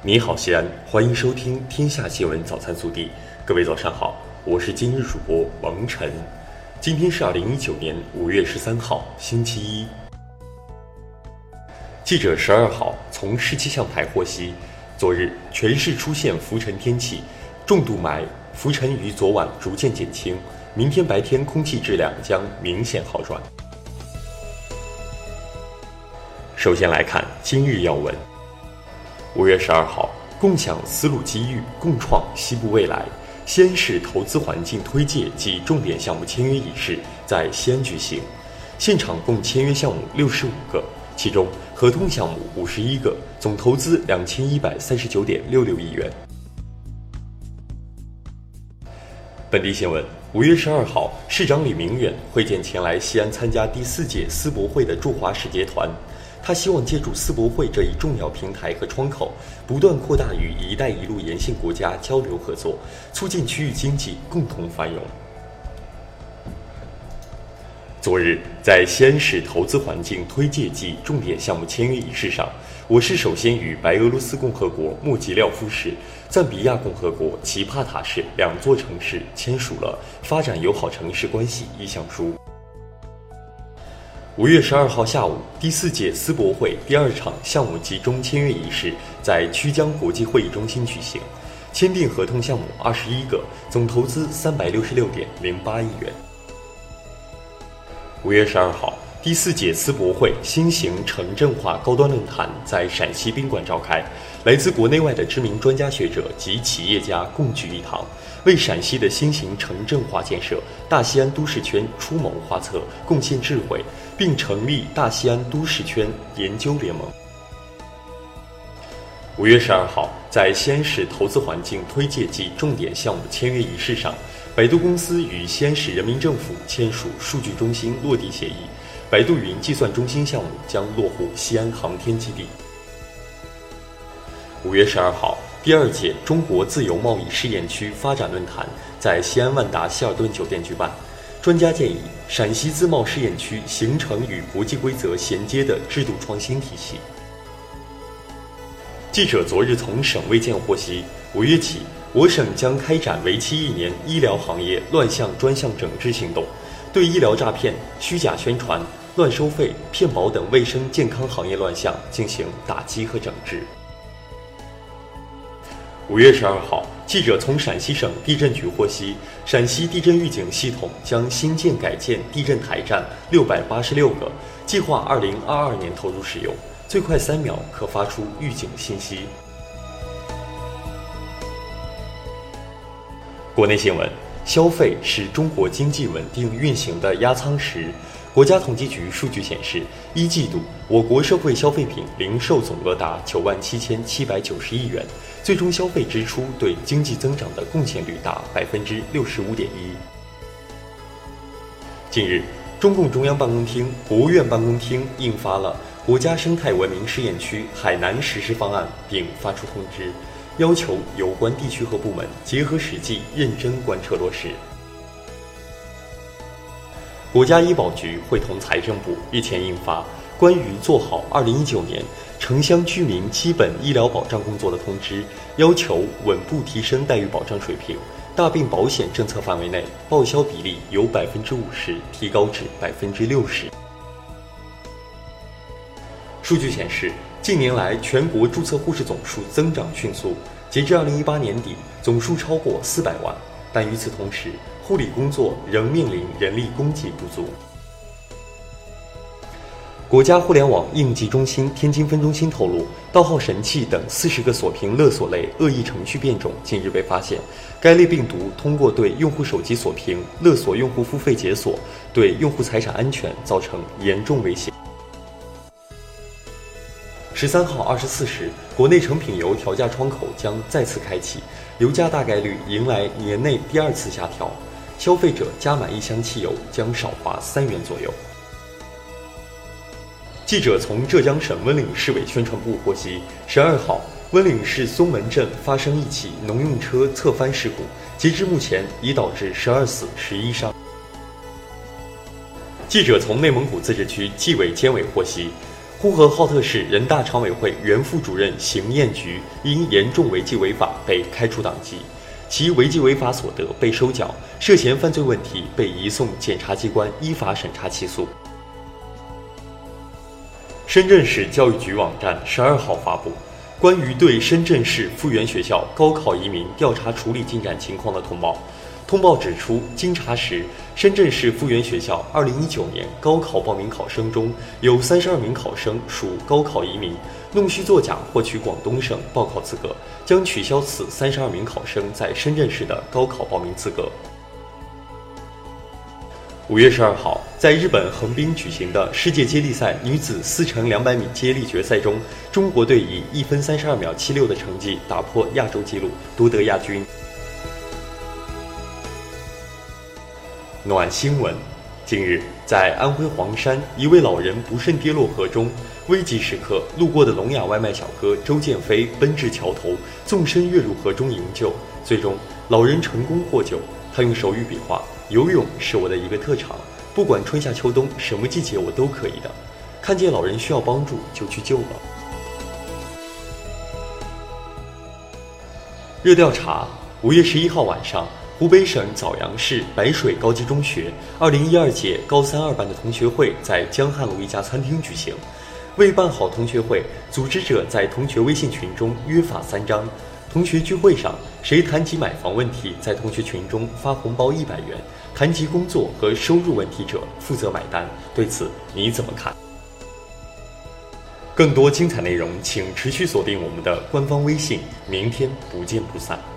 你好，西安，欢迎收听《天下新闻早餐速递》。各位早上好，我是今日主播王晨。今天是2019年5月13号，星期一。记者12号从市气象台获悉，昨日全市出现浮尘天气，重度霾，浮尘于昨晚逐渐减轻，明天白天空气质量将明显好转。首先来看今日要闻。5月12号，共享丝路机遇，共创西部未来。西安市投资环境推介及重点项目签约仪式在西安举行，现场共签约项目65个，其中合同项目51个，总投资2139.66亿元。本地新闻：5月12号，市长李明远会见前来西安参加第4届丝博会的驻华使节团。他希望借助丝博会这一重要平台和窗口，不断扩大与“一带一路”沿线国家交流合作，促进区域经济共同繁荣。昨日，在西安市投资环境推介及重点项目签约仪式上，我市首先与白俄罗斯共和国莫吉廖夫市、赞比亚共和国奇帕塔市2座城市签署了发展友好城市关系意向书。5月12号下午，第4届丝博会第2场项目集中签约仪式在曲江国际会议中心举行，签订合同项目21个，总投资366.08亿元。5月12号，第4届丝博会新型城镇化高端论坛在陕西宾馆召开，来自国内外的知名专家学者及企业家共聚一堂，为陕西的新型城镇化建设、大西安都市圈出谋划策，贡献智慧，并成立大西安都市圈研究联盟。5月12号，在西安市投资环境推介及重点项目签约仪式上，百度公司与西安市人民政府签署数据中心落地协议，百度云计算中心项目将落户西安航天基地。5月12号，第2届中国自由贸易试验区发展论坛在西安万达希尔顿酒店举办。专家建议，陕西自贸试验区形成与国际规则衔接的制度创新体系。记者昨日从省卫健获悉，5月起，我省将开展为期1年医疗行业乱象专项整治行动，对医疗诈骗、虚假宣传、乱收费、骗保等卫生健康行业乱象进行打击和整治。5月12号，记者从陕西省地震局获悉，陕西地震预警系统将新建改建地震台站686个，计划2022年投入使用，最快3秒可发出预警信息。国内新闻：消费是中国经济稳定运行的压舱石。国家统计局数据显示，1季度我国社会消费品零售总额达97790亿元，最终消费支出对经济增长的贡献率达65.1%。近日，中共中央办公厅、国务院办公厅印发了国家生态文明试验区海南实施方案，并发出通知，要求有关地区和部门结合实际，认真贯彻落实。国家医保局会同财政部日前印发《关于做好2019年城乡居民基本医疗保障工作的通知》，要求稳步提升待遇保障水平，大病保险政策范围内报销比例由50%提高至60%。数据显示，近年来全国注册护士总数增长迅速，截至2018年底，总数超过400万。但与此同时，护理工作仍面临人力供给不足。国家互联网应急中心天津分中心透露，盗号神器等40个锁屏勒索类恶意程序变种近日被发现，该类病毒通过对用户手机锁屏勒索用户付费解锁，对用户财产安全造成严重威胁。13号24时，国内成品油调价窗口将再次开启，油价大概率迎来年内第2次下调，消费者加满1箱汽油将少花3元左右。记者从浙江省温岭市委宣传部获悉，12号，温岭市松门镇发生一起农用车侧翻事故，截至目前已导致12死11伤。记者从内蒙古自治区纪委监委获悉， 呼和浩特市人大常委会原副主任邢艳菊因严重违纪违法被开除党籍，其违纪违法所得被收缴，涉嫌犯罪问题被移送检察机关依法审查起诉。深圳市教育局网站12号发布关于对深圳市复原学校高考移民调查处理进展情况的通报。通报指出，经查实，深圳市复原学校2019年高考报名考生中有32名考生属高考移民，弄虚作假获取广东省报考资格，将取消此32名考生在深圳市的高考报名资格。5月12号，在日本横滨举行的世界接力赛女子4乘200米接力决赛中，中国队以1分32秒76的成绩打破亚洲纪录，夺得亚军。暖新闻：近日，在安徽黄山，一位老人不慎跌落河中，危急时刻，路过的聋哑外卖小哥周建飞奔至桥头，纵身跃入河中营救，最终老人成功获救。他用手语比划：“游泳是我的一个特长，不管春夏秋冬，什么季节我都可以的。看见老人需要帮助，就去救了。”热调查：5月11号晚上，湖北省枣阳市白水高级中学2012届高3二班的同学会在江汉路一家餐厅举行。为办好同学会，组织者在同学微信群中约法三章：同学聚会上，谁谈及买房问题，在同学群中发红包100元；谈及工作和收入问题者，负责买单。对此你怎么看？更多精彩内容，请持续锁定我们的官方微信，明天不见不散。